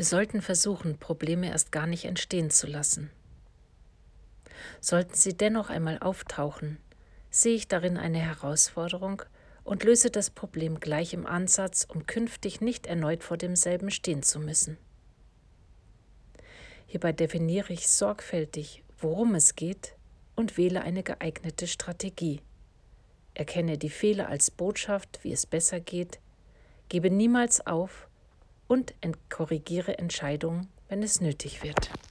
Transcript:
Wir sollten versuchen, Probleme erst gar nicht entstehen zu lassen. Sollten sie dennoch einmal auftauchen, sehe ich darin eine Herausforderung und löse das Problem gleich im Ansatz, um künftig nicht erneut vor demselben stehen zu müssen. Hierbei definiere ich sorgfältig, worum es geht und wähle eine geeignete Strategie. Erkenne die Fehler als Botschaft, wie es besser geht, gebe niemals auf und korrigiere Entscheidungen, wenn es nötig wird.